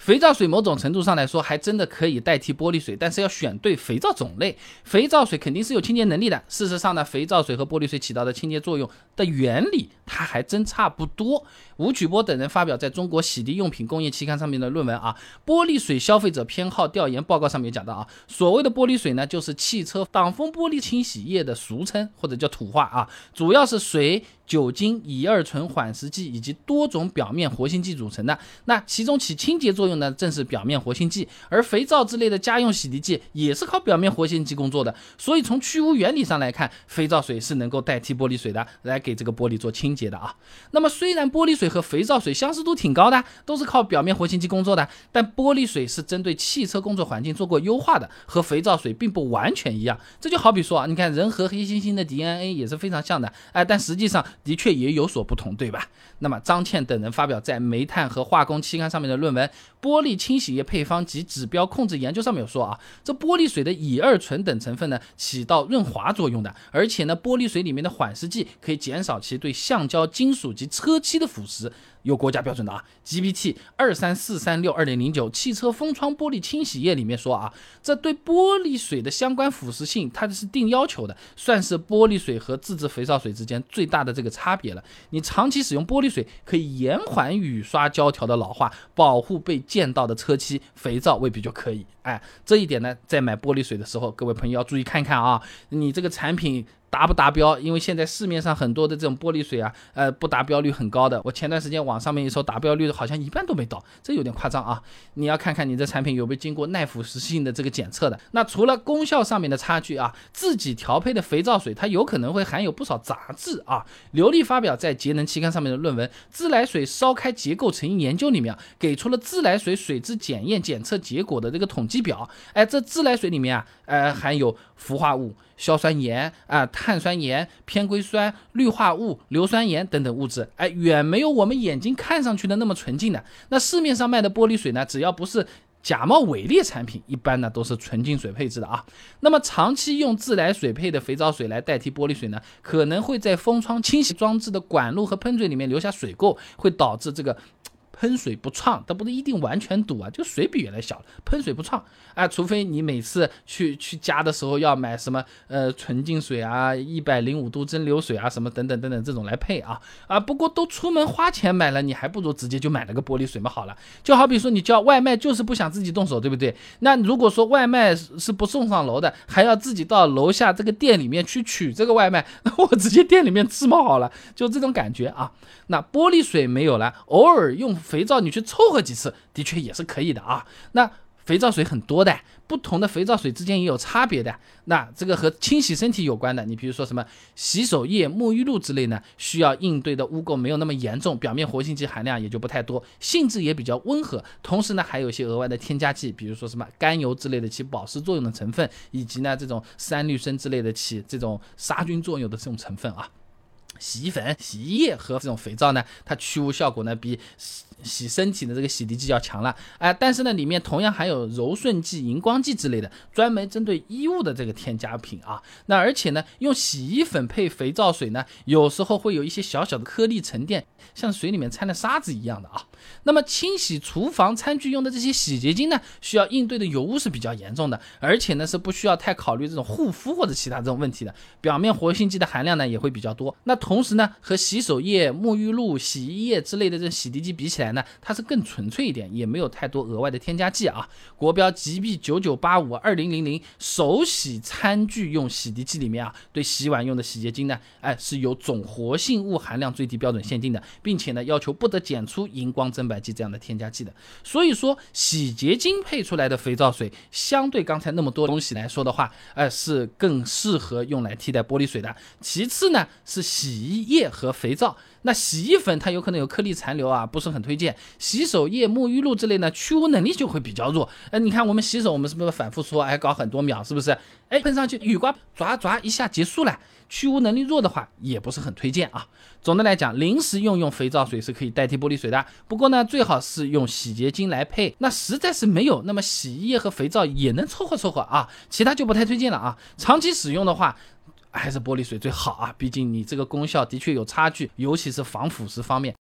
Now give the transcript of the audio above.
肥皂水某种程度上来说还真的可以代替玻璃水，但是要选对肥皂种类。肥皂水肯定是有清洁能力的，事实上呢，肥皂水和玻璃水起到的清洁作用的原理它还真差不多。吴曲波等人发表在中国洗涤用品工业期刊上面的论文啊，玻璃水消费者偏好调研报告上面讲到啊，所谓的玻璃水呢，就是汽车挡风玻璃清洗液的俗称或者叫土话啊，主要是水、酒精、乙二醇缓释剂以及多种表面活性剂组成的。那其中起清洁作用呢，正是表面活性剂，而肥皂之类的家用洗涤剂也是靠表面活性剂工作的。所以从去污原理上来看，肥皂水是能够代替玻璃水的，来给这个玻璃做清洁的啊。那么虽然玻璃水和肥皂水相似度挺高的，都是靠表面活性剂工作的，但玻璃水是针对汽车工作环境做过优化的，和肥皂水并不完全一样。这就好比说啊，你看人和黑猩猩的 DNA 也是非常像的，但实际上的确也有所不同，对吧？那么张倩等人发表在煤炭和化工期刊上面的论文《玻璃清洗液配方及指标控制研究》上面有说啊，这玻璃水的乙二醇等成分呢，起到润滑作用的，而且呢，玻璃水里面的缓释剂可以减少其对橡胶、金属及车漆的腐蚀。有国家标准的啊 ，GPT 234362009汽车封窗玻璃清洗液里面说啊，这对玻璃水的相关腐蚀性它是定要求的，算是玻璃水和自制肥皂水之间最大的这个差别了。你长期使用玻璃水可以延缓雨刷胶条的老化，保护被溅到的车漆，肥皂未必就可以。这一点呢，在买玻璃水的时候，各位朋友要注意看看啊，你这个产品达不达标？因为现在市面上很多的这种玻璃水啊，不达标率很高的。我前段时间网上面一搜，达标率好像一半都没到，这有点夸张啊！你要看看你这产品有没有经过耐腐蚀性的这个检测的。那除了功效上面的差距啊，自己调配的肥皂水它有可能会含有不少杂质啊。刘丽发表在节能期刊上面的论文《自来水烧开结构成因研究》里面给出了自来水水质检验检测结果的这个统计表。这自来水里面含有氟化物、硝酸盐碳酸盐、偏硅酸、氯化物、硫酸盐等等物质，远没有我们眼睛看上去的那么纯净的。那市面上卖的玻璃水呢，只要不是假冒伪劣产品，一般呢都是纯净水配置的啊。那么长期用自来水配的肥皂水来代替玻璃水呢，可能会在封窗清洗装置的管路和喷嘴里面留下水垢，会导致这个喷水不畅，它不是一定完全堵啊，就水比原来小了，喷水不畅除非你每次去加的时候要买什么纯净水啊、105度蒸馏水啊什么等等等等这种来配不过都出门花钱买了，你还不如直接就买了个玻璃水嘛好了。就好比说你叫外卖就是不想自己动手，对不对？那如果说外卖是不送上楼的，还要自己到楼下这个店里面去取这个外卖，那我直接店里面吃嘛好了，就这种感觉啊。那玻璃水没有了，偶尔用肥皂你去凑合几次，的确也是可以的啊。那肥皂水很多的，不同的肥皂水之间也有差别的。那这个和清洗身体有关的，你比如说什么洗手液、沐浴露之类呢，需要应对的污垢没有那么严重，表面活性剂含量也就不太多，性质也比较温和。同时呢，还有一些额外的添加剂，比如说什么甘油之类的起保湿作用的成分，以及呢这种3氯酸之类的起这种杀菌作用的这种成分啊。洗衣粉、洗衣液和这种肥皂呢，它去污效果呢比洗身体的这个洗涤剂要强了但是呢里面同样含有柔顺剂、荧光剂之类的，专门针对衣物的这个添加品那而且呢用洗衣粉配肥皂水呢，有时候会有一些小小的颗粒沉淀，像水里面掺了沙子一样的那么清洗厨房餐具用的这些洗洁精呢，需要应对的油污是比较严重的，而且呢是不需要太考虑这种护肤或者其他这种问题的，表面活性剂的含量呢也会比较多。那同时呢和洗手液、沐浴露、洗衣液之类的这洗涤剂比起来呢，它是更纯粹一点，也没有太多额外的添加剂国标 GB9985-2000 手洗餐具用洗涤剂里面对洗碗用的洗洁精呢是有总活性物含量最低标准限定的，并且呢要求不得检出荧光增白剂这样的添加剂的。所以说洗洁精配出来的肥皂水相对刚才那么多东西来说的话是更适合用来替代玻璃水的。其次呢是洗衣液和肥皂，那洗衣粉它有可能有颗粒残留不是很推荐。洗手液、沐浴露之类呢，去污能力就会比较弱。你看我们洗手，我们是不是反复说搞很多秒，是不是？喷上去雨刮抓一下结束了，去污能力弱的话也不是很推荐总的来讲，临时用肥皂水是可以代替玻璃水的，不过呢最好是用洗洁精来配。那实在是没有，那么洗衣液和肥皂也能凑合其他就不太推荐了长期使用的话还是玻璃水最好毕竟你这个功效的确有差距，尤其是防腐蚀方面。